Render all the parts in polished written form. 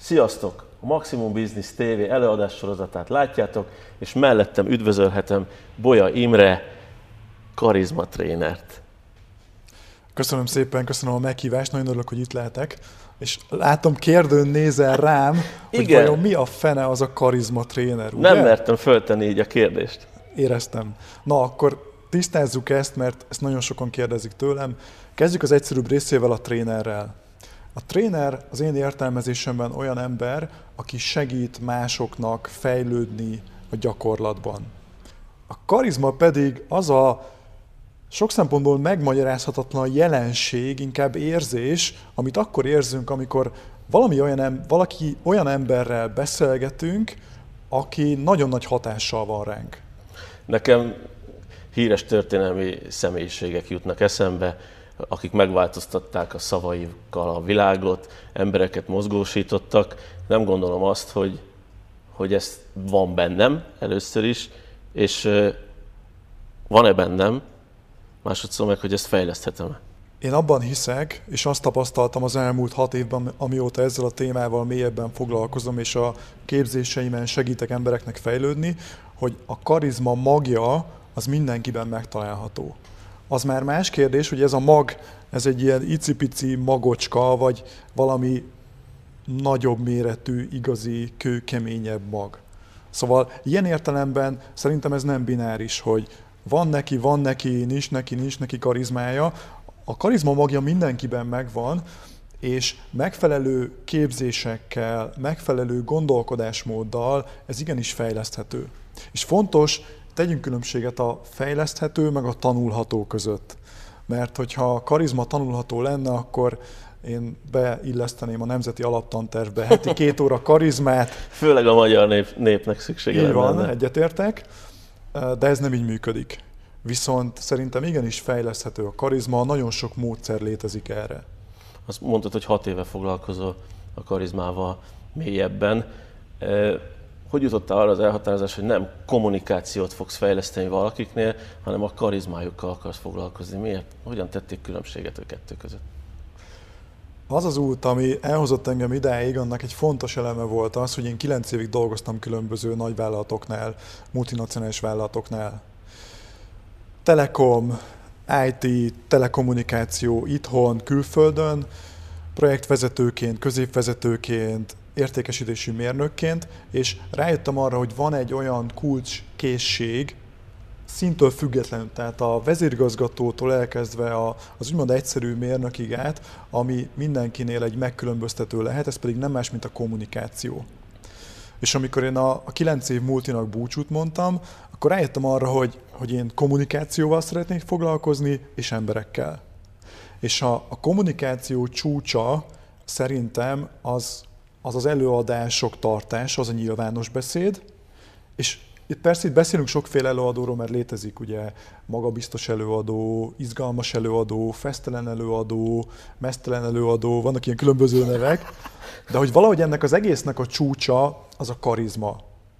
Sziasztok! A Maximum Business TV előadás sorozatát látjátok, és mellettem üdvözölhetem Bolya Imre, karizma trénert. Köszönöm szépen, köszönöm a meghívást, nagyon örülök, hogy itt lehetek. És látom, kérdőn nézel rám, hogy vajon mi a fene az a karizma tréner, ugye? Nem mertem föltenni így a kérdést. Éreztem. Na, akkor tisztázzuk ezt, mert ezt nagyon sokan kérdezik tőlem. Kezdjük az egyszerűbb részével, a trénerrel. A tréner az én értelmezésemben olyan ember, aki segít másoknak fejlődni a gyakorlatban. A karizma pedig az a sok szempontból megmagyarázhatatlan jelenség, inkább érzés, amit akkor érzünk, amikor valaki olyan emberrel beszélgetünk, aki nagyon nagy hatással van ránk. Nekem híres történelmi személyiségek jutnak eszembe, akik megváltoztatták a szavaikkal a világot, embereket mozgósítottak. Nem gondolom azt, hogy ez van bennem először is, és van-e bennem, másodszor meg, hogy ezt fejleszthetem-e. Én abban hiszek, és azt tapasztaltam az elmúlt 6 évben, amióta ezzel a témával mélyebben foglalkozom, és a képzéseimen segítek embereknek fejlődni, hogy a karizma magja az mindenkiben megtalálható. Az már más kérdés, hogy ez a mag, ez egy ilyen icipici magocska, vagy valami nagyobb méretű, igazi, kőkeményebb mag. Szóval ilyen értelemben szerintem ez nem bináris, hogy van neki, nincs neki karizmája. A karizma magja mindenkiben megvan, és megfelelő képzésekkel, megfelelő gondolkodásmóddal ez igenis fejleszthető. És fontos, tegyünk különbséget a fejleszthető meg a tanulható között. Mert hogyha a karizma tanulható lenne, akkor én beilleszteném a Nemzeti Alaptantervbe heti 2 óra karizmát. Főleg a magyar népnek szüksége lenne. Így van, egyetértek, de ez nem így működik. Viszont szerintem igenis fejleszthető a karizma, nagyon sok módszer létezik erre. Azt mondtad, hogy 6 éve foglalkozol a karizmával mélyebben. Hogy jutottál arra az elhatározás, hogy nem kommunikációt fogsz fejleszteni valakiknél, hanem a karizmájukkal akarsz foglalkozni? Miért? Hogyan tették különbséget a kettő között? Az az út, ami elhozott engem idáig, annak egy fontos eleme volt az, hogy én 9 évig dolgoztam különböző nagyvállalatoknál, multinacionális vállalatoknál. Telekom, IT, telekommunikáció itthon, külföldön, projektvezetőként, középvezetőként, értékesítési mérnökként, és rájöttem arra, hogy van egy olyan kulcskészség, szintől függetlenül, tehát a vezérigazgatótól elkezdve az úgymond egyszerű mérnökig át, ami mindenkinél egy megkülönböztető lehet, ez pedig nem más, mint a kommunikáció. És amikor én a 9 év multinak búcsút mondtam, akkor rájöttem arra, hogy én kommunikációval szeretnék foglalkozni, és emberekkel. És a kommunikáció csúcsa szerintem az előadások tartása, az a nyilvános beszéd, és persze itt beszélünk sokféle előadóról, mert létezik ugye magabiztos előadó, izgalmas előadó, fesztelen előadó, meztelen előadó, vannak ilyen különböző nevek, de hogy valahogy ennek az egésznek a csúcsa az a karizma.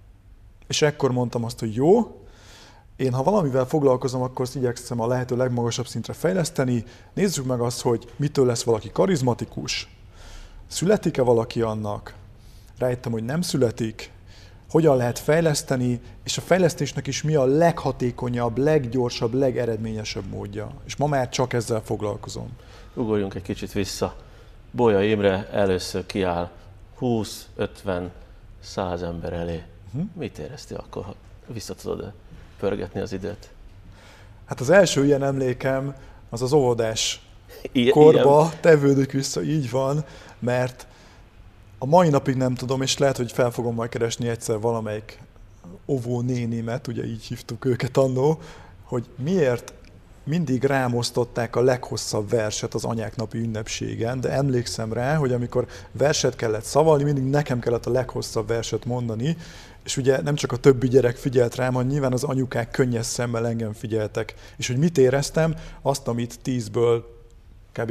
És ekkor mondtam azt, hogy jó, én ha valamivel foglalkozom, akkor azt igyekszem a lehető legmagasabb szintre fejleszteni, nézzük meg azt, hogy mitől lesz valaki karizmatikus, születik-e valaki annak, rájöttem, hogy nem születik, hogyan lehet fejleszteni, és a fejlesztésnek is mi a leghatékonyabb, leggyorsabb, legeredményesebb módja. És ma már csak ezzel foglalkozom. Ugorjunk egy kicsit vissza. Bolya Imre először kiáll 20, 50, 100 ember elé. Mit éreztél akkor, ha vissza tudod pörgetni az időt? Hát az első ilyen emlékem az óvodás korba tevődik vissza, így van, mert a mai napig nem tudom, és lehet, hogy fel fogom majd keresni egyszer valamelyik óvó nénimet, ugye így hívtuk őket annó, hogy miért mindig rám osztották a leghosszabb verset az anyák napi ünnepségen, de emlékszem rá, hogy amikor verset kellett szavalni, mindig nekem kellett a leghosszabb verset mondani, és ugye nem csak a többi gyerek figyelt rám, hanem nyilván az anyukák könnyes szemmel engem figyeltek. És hogy mit éreztem? Azt, amit 10-ből kb.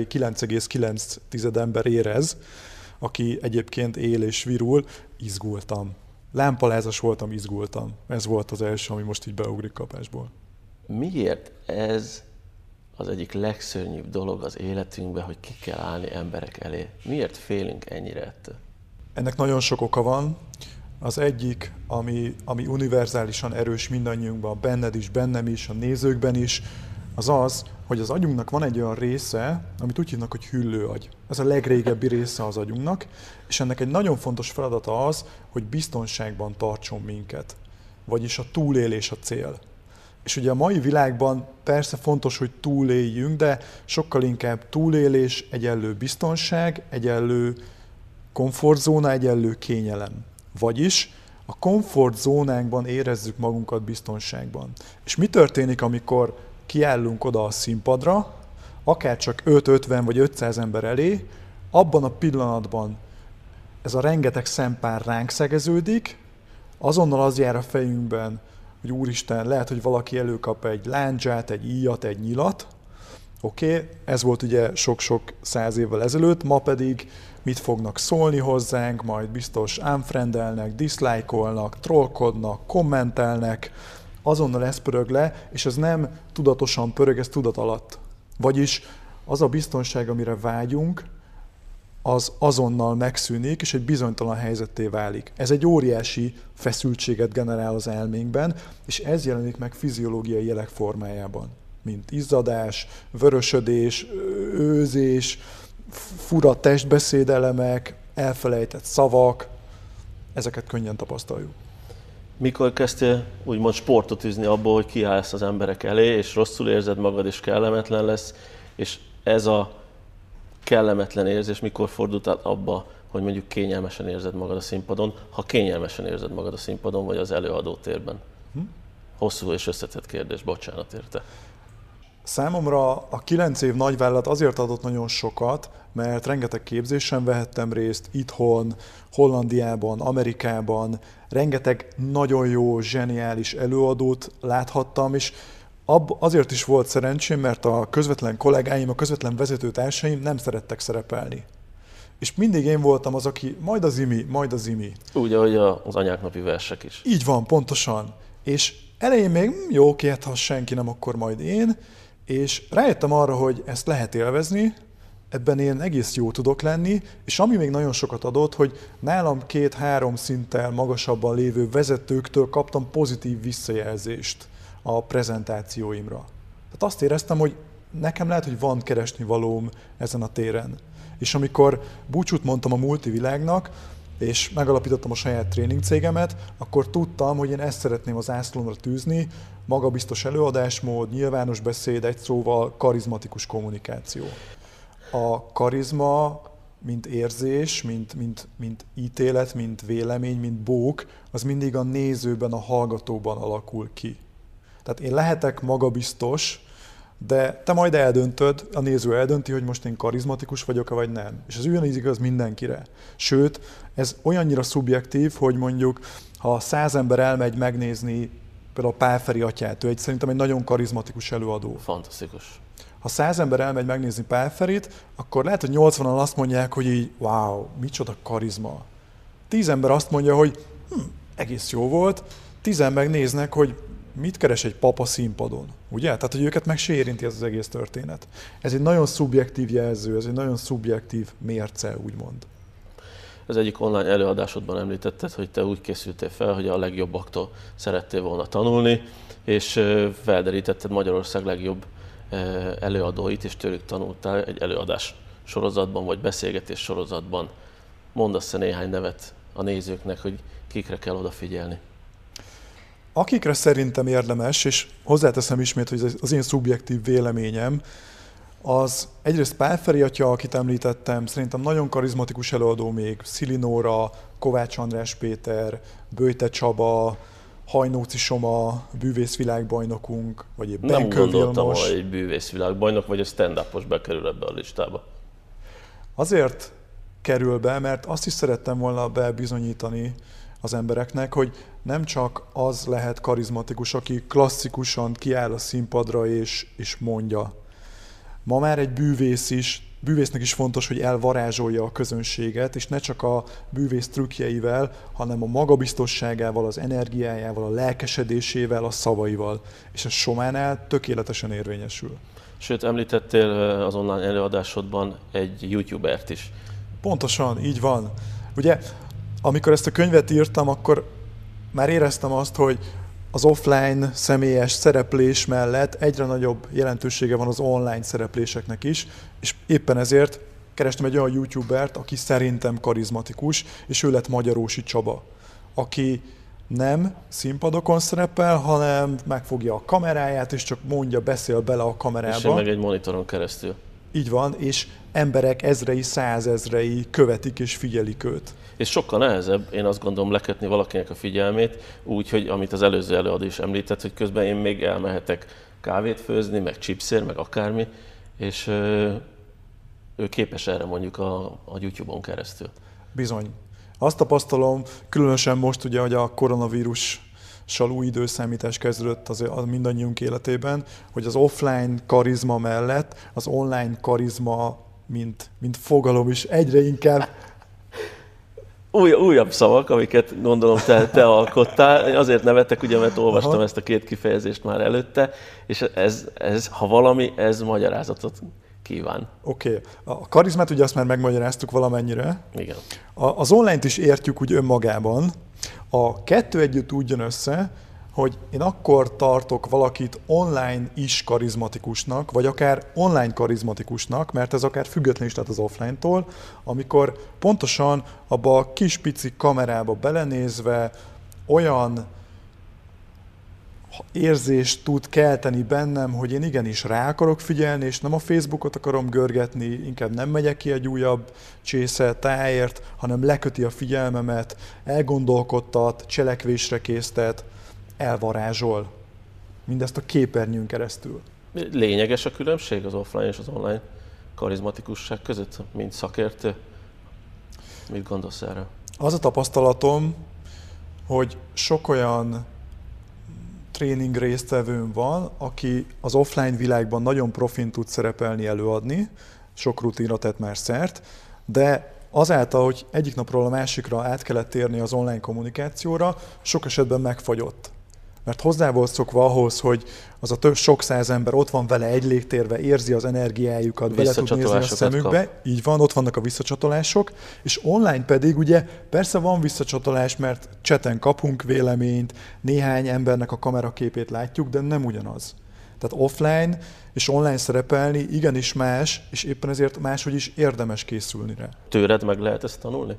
9,9 ember érez, aki egyébként él és virul, izgultam. Lámpalázas voltam, izgultam. Ez volt az első, ami most így beugrik kapásból. Miért ez az egyik legszörnyűbb dolog az életünkben, hogy ki kell állni emberek elé? Miért félünk ennyire ettől? Ennek nagyon sok oka van. Az egyik, ami univerzálisan erős mindannyiunkban, benned is, bennem is, a nézőkben is, az az, hogy az agyunknak van egy olyan része, amit úgy hívnak, hogy hüllőagy. Ez a legrégebbi része az agyunknak, és ennek egy nagyon fontos feladata az, hogy biztonságban tartson minket. Vagyis a túlélés a cél. És ugye a mai világban persze fontos, hogy túléljünk, de sokkal inkább túlélés egyenlő biztonság, egyenlő komfortzóna, egyenlő kényelem. Vagyis a komfortzónánkban érezzük magunkat biztonságban. És mi történik, amikor kiállunk oda a színpadra, akár csak 5-50 vagy 500 ember elé, abban a pillanatban ez a rengeteg szempár ránk szegeződik, azonnal az jár a fejünkben, hogy úristen, lehet, hogy valaki előkap egy lándzsát, egy íjat, egy nyilat. Oké, ez volt ugye sok-sok 100 évvel ezelőtt, ma pedig mit fognak szólni hozzánk, majd biztos unfriendelnek, dislike-olnak, trollkodnak, kommentelnek, azonnal ez pörög le, és ez nem tudatosan pörög, ez tudat alatt. Vagyis az a biztonság, amire vágyunk, az azonnal megszűnik, és egy bizonytalan helyzetté válik. Ez egy óriási feszültséget generál az elménkben, és ez jelenik meg fiziológiai jelek formájában, mint izzadás, vörösödés, őzés, fura testbeszédelemek, elfelejtett szavak, ezeket könnyen tapasztaljuk. Mikor kezdtél úgymond sportot űzni abból, hogy kiállsz az emberek elé, és rosszul érzed magad, és kellemetlen lesz, és ez a kellemetlen érzés mikor fordult át abba, hogy mondjuk kényelmesen érzed magad a színpadon, ha kényelmesen érzed magad a színpadon, vagy az előadótérben? Hosszú és összetett kérdés, bocsánat érte. Számomra a 9 év nagyvállalat azért adott nagyon sokat, mert rengeteg képzésen vehettem részt itthon, Hollandiában, Amerikában, rengeteg nagyon jó, zseniális előadót láthattam, és azért is volt szerencsém, mert a közvetlen kollégáim, a közvetlen vezetőtársaim nem szerettek szerepelni. És mindig én voltam az, aki majd az imi, majd az imi. Úgy, ahogy az anyáknapi versek is. Így van, pontosan. És elején még jó, oké, hát ha senki nem, akkor majd én. És rájöttem arra, hogy ezt lehet élvezni, ebben én egész jó tudok lenni, és ami még nagyon sokat adott, hogy nálam 2-3 szinttel magasabban lévő vezetőktől kaptam pozitív visszajelzést a prezentációimra. Tehát azt éreztem, hogy nekem lehet, hogy van keresnivalóm ezen a téren. És amikor búcsút mondtam a multivilágnak, és megalapítottam a saját tréningcégemet, akkor tudtam, hogy én ezt szeretném az ászlómra tűzni, magabiztos előadásmód, nyilvános beszéd, egy szóval karizmatikus kommunikáció. A karizma, mint érzés, mint ítélet, mint vélemény, mint bók, az mindig a nézőben, a hallgatóban alakul ki. Tehát én lehetek magabiztos, de te majd eldöntöd, a néző eldönti, hogy most én karizmatikus vagyok-e vagy nem. És ez ugyanígy igaz mindenkire. Sőt, ez olyannyira szubjektív, hogy mondjuk, ha 100 ember elmegy megnézni például a Pál Feri atyát, ő szerintem egy nagyon karizmatikus előadó. Fantasztikus. Ha 100 ember elmegy megnézni Pál Ferit, akkor lehet, hogy 80-an azt mondják, hogy így, wow, micsoda karizma. 10 ember azt mondja, hogy egész jó volt, 10 megnéznek, hogy mit keres egy papa színpadon, ugye? Tehát, hogy őket meg se érinti ez az egész történet. Ez egy nagyon szubjektív jelző, ez egy nagyon szubjektív mérce, úgymond. Az egyik online előadásodban említetted, hogy te úgy készültél fel, hogy a legjobbaktól szerettél volna tanulni, és felderítetted Magyarország legjobb előadóit, és tőlük tanultál egy előadás sorozatban, vagy beszélgetés sorozatban. Mondasz-e néhány nevet a nézőknek, hogy kikre kell odafigyelni? Akikre szerintem érdemes, és hozzáteszem ismét, hogy az én szubjektív véleményem, az egyrészt Pál Feri atya, akit említettem, szerintem nagyon karizmatikus előadó még, Szili Nóra, Kovács András Péter, Böjte Csaba, Hajnóci Soma, bűvészvilágbajnokunk, vagy épp Nem Benkő gondoltam, Vilmos. hogy egy bűvészvilágbajnok, vagy egy stand-upos bekerül ebbe a listába. Azért kerül be, mert azt is szerettem volna bebizonyítani az embereknek, hogy nem csak az lehet karizmatikus, aki klasszikusan kiáll a színpadra és mondja. Ma már egy bűvésznek is fontos, hogy elvarázsolja a közönséget, és ne csak a bűvész trükkjeivel, hanem a magabiztosságával, az energiájával, a lelkesedésével, a szavaival. És ez Sománál tökéletesen érvényesül. Sőt, említettél az online előadásodban egy YouTubert is. Pontosan, így van. Ugye, amikor ezt a könyvet írtam, akkor már éreztem azt, hogy az offline személyes szereplés mellett egyre nagyobb jelentősége van az online szerepléseknek is, és éppen ezért kerestem egy olyan YouTubert, aki szerintem karizmatikus, és ő lett Magyarósi Csaba, aki nem színpadokon szerepel, hanem megfogja a kameráját, és csak mondja, beszél bele a kamerába. És meg egy monitoron keresztül. Így van, és emberek ezrei, százezrei követik és figyelik őt. És sokkal nehezebb, én azt gondolom, lekötni valakinek a figyelmét, úgy, hogy amit az előző előadó is említett, hogy közben én még elmehetek kávét főzni, meg chipsért, meg akármi, és ő képes erre mondjuk a YouTube-on keresztül. Bizony. Azt tapasztalom, különösen most ugye, hogy a koronavírussal új időszámítás kezdődött az mindannyiunk életében, hogy az offline karizma mellett az online karizma, mint fogalom is egyre inkább... Újabb szavak, amiket gondolom te alkottál. Én azért nevettek, ugye, mert olvastam ezt a két kifejezést már előtte, és ez, ha valami, ez magyarázatot kíván. Oké. A karizmát ugye azt már megmagyaráztuk valamennyire. Igen. Az online-t is értjük úgy önmagában. A kettő együtt úgy jön össze, hogy én akkor tartok valakit online is karizmatikusnak, vagy akár online karizmatikusnak, mert ez akár független is lehet az offline-tól, amikor pontosan abba a kis pici kamerába belenézve olyan érzést tud kelteni bennem, hogy én igenis rá akarok figyelni, és nem a Facebookot akarom görgetni, inkább nem megyek ki egy újabb csésze tájért, hanem leköti a figyelmemet, elgondolkodtat, cselekvésre késztet, elvarázsol. Mindezt a képernyőn keresztül. Lényeges a különbség az offline és az online karizmatikusság között, mint szakértő? Mit gondolsz erre? Az a tapasztalatom, hogy sok olyan tréning résztvevőm van, aki az offline világban nagyon profin tud szerepelni, előadni, sok rutinra tett már szert, de azáltal, hogy egyik napról a másikra át kellett térni az online kommunikációra, sok esetben megfagyott. Mert hozzá volt szokva ahhoz, hogy az a sok száz ember ott van vele egy légtérbe, érzi az energiájukat, bele tud nézni a szemükbe, kap. Így van, ott vannak a visszacsatolások, és online pedig ugye persze van visszacsatolás, mert chaten kapunk véleményt, néhány embernek a kameraképét látjuk, de nem ugyanaz. Tehát offline és online szerepelni igenis más, és éppen ezért máshogy is érdemes készülni rá. Tőled meg lehet ezt tanulni?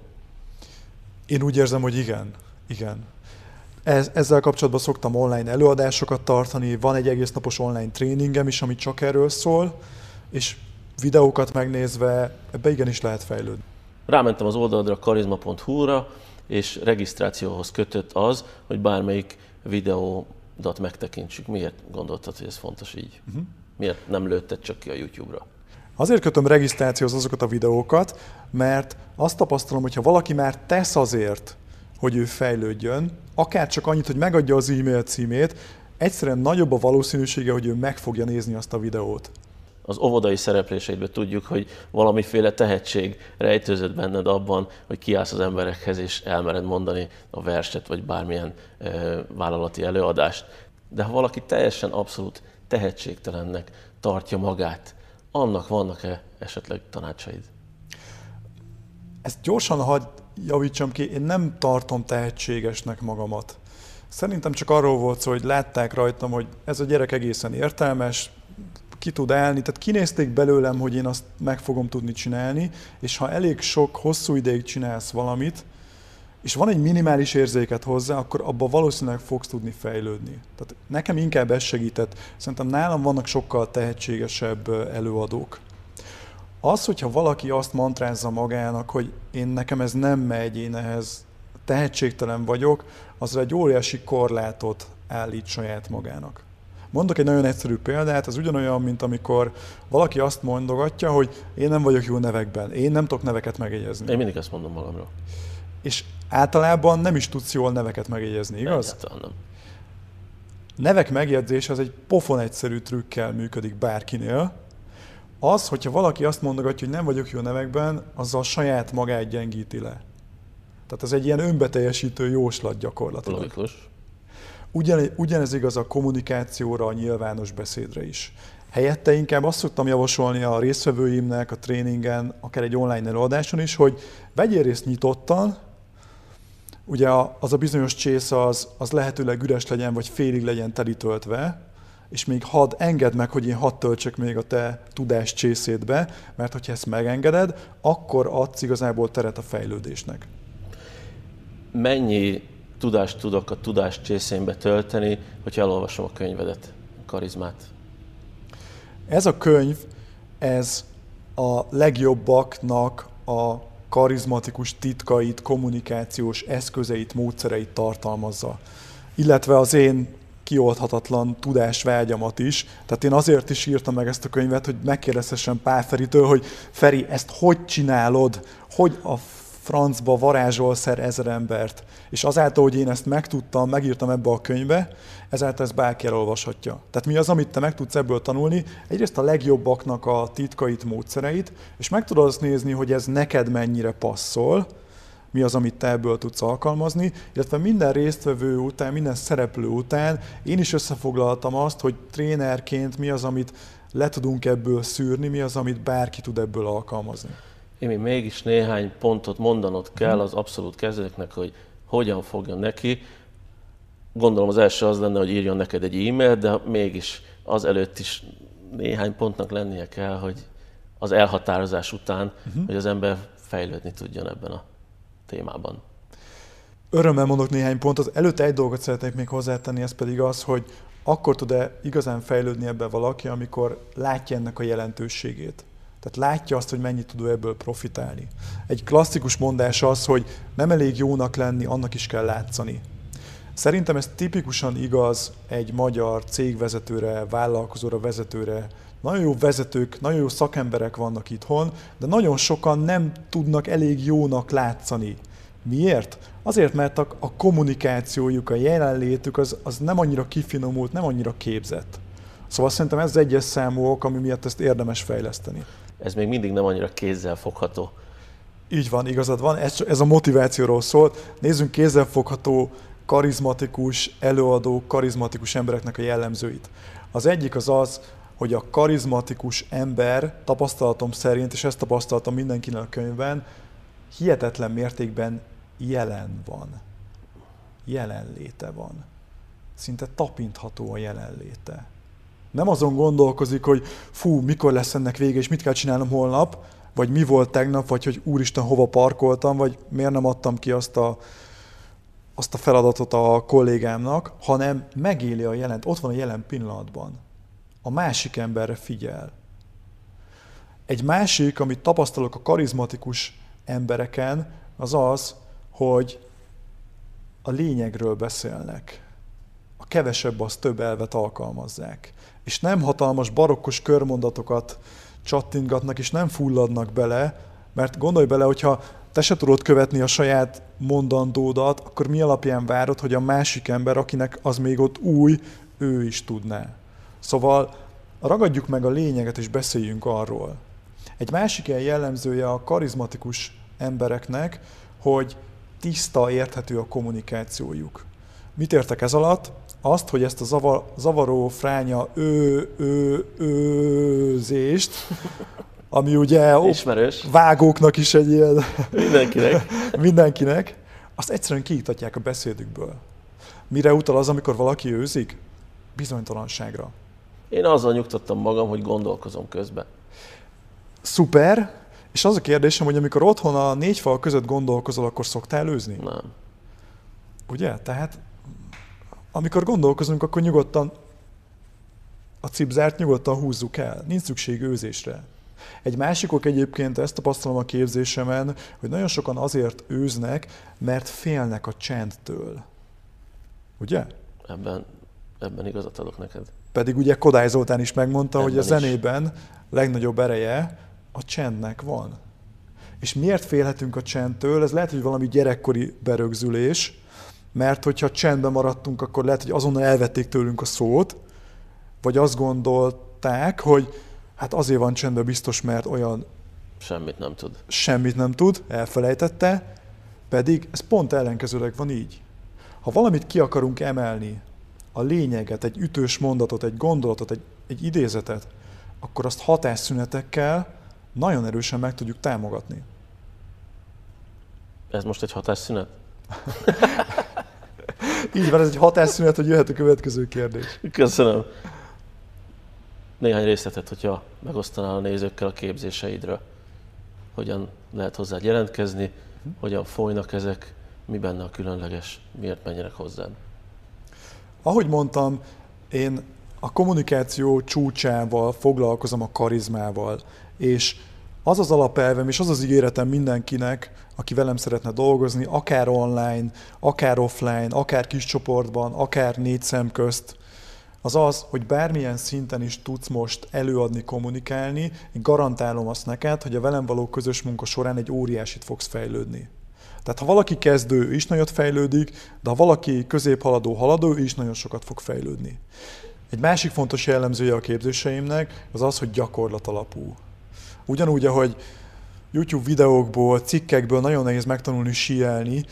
Én úgy érzem, hogy igen. Ezzel kapcsolatban szoktam online előadásokat tartani, van egy egész napos online tréningem is, ami csak erről szól, és videókat megnézve ebbe igenis lehet fejlődni. Rámentem az oldaladra, karizma.hu-ra, és regisztrációhoz kötött az, hogy bármelyik videódat megtekintsük. Miért gondoltad, hogy ez fontos így? Miért nem lőtted csak ki a YouTube-ra? Azért kötöm regisztrációhoz azokat a videókat, mert azt tapasztalom, hogy ha valaki már tesz azért, hogy ő fejlődjön, akár csak annyit, hogy megadja az e-mail címét, egyszerűen nagyobb a valószínűsége, hogy ő meg fogja nézni azt a videót. Az óvodai szerepléseidben tudjuk, hogy valamiféle tehetség rejtőzött benned abban, hogy kiállsz az emberekhez és elmered mondani a verset, vagy bármilyen vállalati előadást. De ha valaki teljesen abszolút tehetségtelennek tartja magát, annak vannak-e esetleg tanácsaid? Ezt gyorsan hadd javítsam ki, én nem tartom tehetségesnek magamat. Szerintem csak arról volt szó, hogy látták rajtam, hogy ez a gyerek egészen értelmes, ki tud állni, tehát kinézték belőlem, hogy én azt meg fogom tudni csinálni, és ha elég sok, hosszú ideig csinálsz valamit, és van egy minimális érzéket hozzá, akkor abban valószínűleg fogsz tudni fejlődni. Tehát nekem inkább ez segített. Szerintem nálam vannak sokkal tehetségesebb előadók. Az, hogyha valaki azt mantrázza magának, hogy nekem ez nem megy, én ehhez tehetségtelen vagyok, az egy óriási korlátot állít saját magának. Mondok egy nagyon egyszerű példát, ez ugyanolyan, mint amikor valaki azt mondogatja, hogy én nem vagyok jó nevekben, én nem tudok neveket megjegyezni. Én mindig ezt mondom magamról. És általában nem is tudsz jól neveket megjegyezni, igaz? Egyáltalán nem. Nevek megjegyzése az egy pofon egyszerű trükkel működik bárkinél. Az, hogyha valaki azt mondogatja, hogy nem vagyok jó nevekben, azzal saját magát gyengíti le. Tehát ez egy ilyen önbeteljesítő jóslat gyakorlatilag. Logikus. Ugyanez igaz a kommunikációra, a nyilvános beszédre is. Helyette inkább azt szoktam javasolni a résztvevőimnek a tréningen, akár egy online előadáson is, hogy vegyél részt nyitottan, ugye az a bizonyos csész az lehetőleg üres legyen, vagy félig legyen telítöltve, és még engedd meg, hogy én hadd töltsek még a te tudás csészédbe, mert hogyha ezt megengeded, akkor adsz igazából teret a fejlődésnek. Mennyi tudást tudok a tudás csészénbe tölteni, hogyha elolvasom a könyvedet, a Karizmát? Ez a könyv, ez a legjobbaknak a karizmatikus titkait, kommunikációs eszközeit, módszereit tartalmazza. Illetve az én kioldhatatlan tudásvágyamat is. Tehát én azért is írtam meg ezt a könyvet, hogy megkérdezhessem Pál Feritől, hogy Feri, ezt hogy csinálod? Hogy a francba varázsolsz 1000 embert? És azáltal, hogy én ezt megtudtam, megírtam ebbe a könyvbe, ezáltal ezt bárki elolvashatja. Tehát mi az, amit te meg tudsz ebből tanulni? Egyrészt a legjobbaknak a titkait, módszereit, és meg tudod azt nézni, hogy ez neked mennyire passzol, mi az, amit te ebből tudsz alkalmazni, illetve minden résztvevő után, minden szereplő után én is összefoglaltam azt, hogy trénerként mi az, amit le tudunk ebből szűrni, mi az, amit bárki tud ebből alkalmazni. Émi, mégis néhány pontot mondanod kell az abszolút kezdőknek, hogy hogyan fogjon neki. Gondolom az első az lenne, hogy írjon neked egy e-mailt, de mégis az előtt is néhány pontnak lennie kell, hogy az elhatározás után, hogy az ember fejlődni tudjon ebben a témában. Örömmel mondok néhány pontot. Előtte egy dolgot szeretnék még hozzátenni, ez pedig az, hogy akkor tud-e igazán fejlődni ebben valaki, amikor látja ennek a jelentőségét. Tehát látja azt, hogy mennyit tud ebből profitálni. Egy klasszikus mondás az, hogy nem elég jónak lenni, annak is kell látszani. Szerintem ez tipikusan igaz egy magyar cégvezetőre, vállalkozóra, vezetőre. Nagyon jó vezetők, nagyon jó szakemberek vannak itthon, de nagyon sokan nem tudnak elég jónak látszani. Miért? Azért, mert a kommunikációjuk, a jelenlétük az nem annyira kifinomult, nem annyira képzett. Szóval szerintem ez az egyes számú ok, ami miatt ezt érdemes fejleszteni. Ez még mindig nem annyira kézzel fogható. Így van, igazad van. Ez a motivációról szólt. Nézzünk kézzelfogható, karizmatikus előadók, karizmatikus embereknek a jellemzőit. Az egyik az, hogy a karizmatikus ember tapasztalatom szerint, és ezt tapasztaltam mindenkinek a könyvben, hihetetlen mértékben jelen van. Jelenléte van. Szinte tapintható a jelenléte. Nem azon gondolkozik, hogy fú, mikor lesz ennek vége, és mit kell csinálnom holnap, vagy mi volt tegnap, vagy hogy úristen, hova parkoltam, vagy miért nem adtam ki azt a feladatot a kollégámnak, hanem megéli a jelent, ott van a jelen pillanatban. A másik emberre figyel. Egy másik, amit tapasztalok a karizmatikus embereken, az, hogy a lényegről beszélnek. A kevesebb az több elvet alkalmazzák. És nem hatalmas barokkos körmondatokat csattintgatnak, és nem fulladnak bele, mert gondolj bele, hogyha te se tudod követni a saját mondandódat, akkor mi alapján várod, hogy a másik ember, akinek az még ott új, ő is tudná. Szóval ragadjuk meg a lényeget, és beszéljünk arról. Egy másik ilyen jellemzője a karizmatikus embereknek, hogy tiszta, érthető a kommunikációjuk. Mit értek ez alatt? Azt, hogy ezt a zavaró fránya őzést, ami ugye ismerős. Vágóknak is egy ilyen... Mindenkinek. Azt egyszerűen kiiktatják a beszédükből. Mire utal az, amikor valaki őzik? Bizonytalanságra. Én azzal nyugtattam magam, hogy gondolkozom közben. Szuper. És az a kérdésem, hogy amikor otthon a 4 fal között gondolkozol, akkor szoktál őzni? Nem. Ugye? Tehát amikor gondolkozunk, akkor nyugodtan a cipzárt nyugodtan húzzuk el. Nincs szükség őzésre. Egy másik ok egyébként, ezt tapasztalom a képzésemen, hogy nagyon sokan azért őznek, mert félnek a csendtől. Ugye? Ebben igazat adok neked. Pedig ugye Kodály Zoltán is megmondta, ebben hogy a zenében legnagyobb ereje a csendnek van. És miért félhetünk a csendtől? Ez lehet, hogy valami gyerekkori berögzülés, mert hogyha csendben maradtunk, akkor lehet, hogy azonnal elvették tőlünk a szót, vagy azt gondolták, hogy hát azért van csendben biztos, mert olyan... Semmit nem tud, elfelejtette, pedig ez pont ellenkezőleg van így. Ha valamit ki akarunk emelni, a lényeget, egy ütős mondatot, egy gondolatot, egy idézetet, akkor azt hatásszünetekkel nagyon erősen meg tudjuk támogatni. Ez most egy hatásszünet? Így van, ez egy hatásszünet, hogy jöhet a következő kérdés. Köszönöm. Néhány részletet, hogyha megosztanál a nézőkkel a képzéseidről. Hogyan lehet hozzád jelentkezni, hogyan folynak ezek, mi benne a különleges, miért menjenek hozzád? Ahogy mondtam, én a kommunikáció csúcsával foglalkozom, a karizmával, és az az alapelvem és az az ígéretem mindenkinek, aki velem szeretne dolgozni, akár online, akár offline, akár kis csoportban, akár 4 szem közt, az az, hogy bármilyen szinten is tudsz most előadni, kommunikálni, én garantálom azt neked, hogy a velem való közös munka során egy óriásit fogsz fejlődni. Tehát ha valaki kezdő, ő is nagyot fejlődik, de ha valaki középhaladó, ő is nagyon sokat fog fejlődni. Egy másik fontos jellemzője a képzéseimnek az az, hogy gyakorlat alapú. Ugyanúgy, ahogy YouTube videókból, cikkekből nagyon nehéz megtanulni síelni,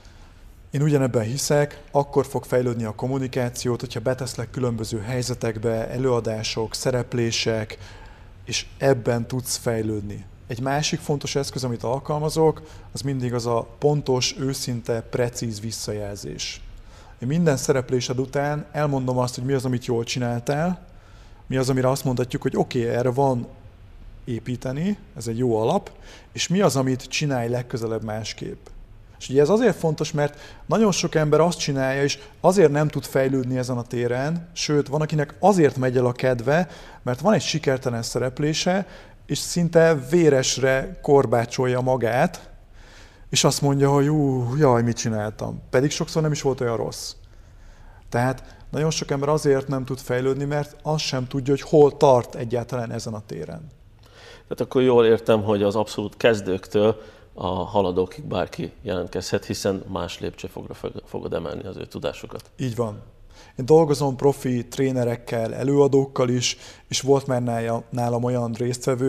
én ugyanebben hiszek, akkor fog fejlődni a kommunikációt, hogyha beteszlek különböző helyzetekbe, előadások, szereplések, és ebben tudsz fejlődni. Egy másik fontos eszköz, amit alkalmazok, az mindig az a pontos, őszinte, precíz visszajelzés. Én minden szereplésed után elmondom azt, hogy mi az, amit jól csináltál, mi az, amire azt mondhatjuk, hogy oké, erre van építeni, ez egy jó alap, és mi az, amit csinálj legközelebb másképp. És ugye ez azért fontos, mert nagyon sok ember azt csinálja, és azért nem tud fejlődni ezen a téren, sőt, van akinek azért megy el a kedve, mert van egy sikertelen szereplése, és szinte véresre korbácsolja magát, és azt mondja, hogy jaj, mit csináltam. Pedig sokszor nem is volt olyan rossz. Tehát nagyon sok ember azért nem tud fejlődni, mert azt sem tudja, hogy hol tart egyáltalán ezen a téren. Tehát akkor jól értem, hogy az abszolút kezdőktől a haladókig bárki jelentkezhet, hiszen más lépcsőfogra fogod emelni az ő tudásukat. Így van. Én dolgozom profi trénerekkel, előadókkal is, és volt már nálam olyan résztvevő,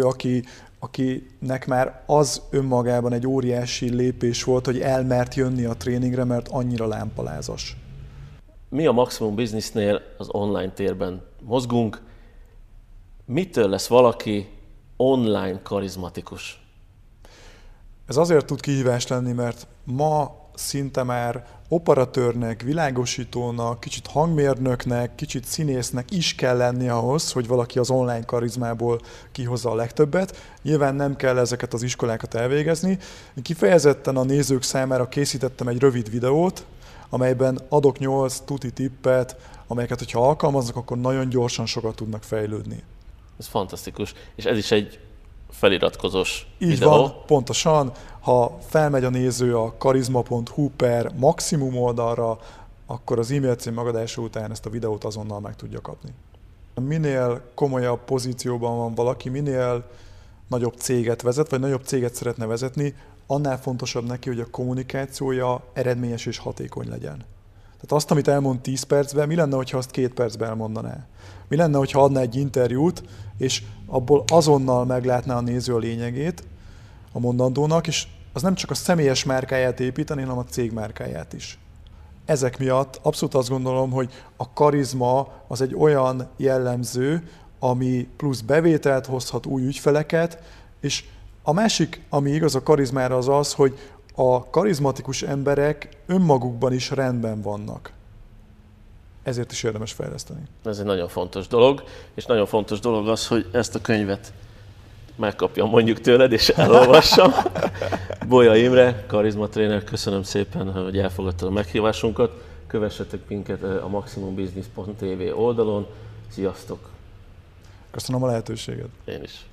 akinek már az önmagában egy óriási lépés volt, hogy elmert jönni a tréningre, mert annyira lámpalázas. Mi a Maximum Businessnél az online térben mozgunk? Mitől lesz valaki online karizmatikus? Ez azért tud kihívás lenni, mert ma szinte már operatőrnek, világosítónak, kicsit hangmérnöknek, kicsit színésznek is kell lenni ahhoz, hogy valaki az online karizmából kihozza a legtöbbet. Nyilván nem kell ezeket az iskolákat elvégezni. Én kifejezetten a nézők számára készítettem egy rövid videót, amelyben adok 8 tuti tippet, amelyeket, hogyha alkalmaznak, akkor nagyon gyorsan sokat tudnak fejlődni. Ez fantasztikus, és ez is egy feliratkozós Így videó. van, pontosan. Ha felmegy a néző a karizma.hu/maximum oldalra, akkor az e-mail cím megadása után ezt a videót azonnal meg tudja kapni. Minél komolyabb pozícióban van valaki, minél nagyobb céget vezet, vagy nagyobb céget szeretne vezetni, annál fontosabb neki, hogy a kommunikációja eredményes és hatékony legyen. Tehát azt, amit elmond 10 percben, mi lenne, ha azt 2 percben elmondaná? Mi lenne, ha adná egy interjút, és abból azonnal meglátná a néző a lényegét a mondandónak, és az nem csak a személyes márkáját építeni, hanem a cég márkáját is. Ezek miatt abszolút azt gondolom, hogy a karizma az egy olyan jellemző, ami plusz bevételt hozhat, új ügyfeleket, és a másik, ami igaz a karizmára, az az, hogy a karizmatikus emberek önmagukban is rendben vannak. Ezért is érdemes fejleszteni. Ez egy nagyon fontos dolog, és nagyon fontos dolog az, hogy ezt a könyvet megkapjam mondjuk tőled, és elolvassam. Bolya Imre, karizmatréner, köszönöm szépen, hogy elfogadtad a meghívásunkat. Kövessetek minket a maximumbusiness.tv oldalon. Sziasztok! Köszönöm a lehetőséget. Én is.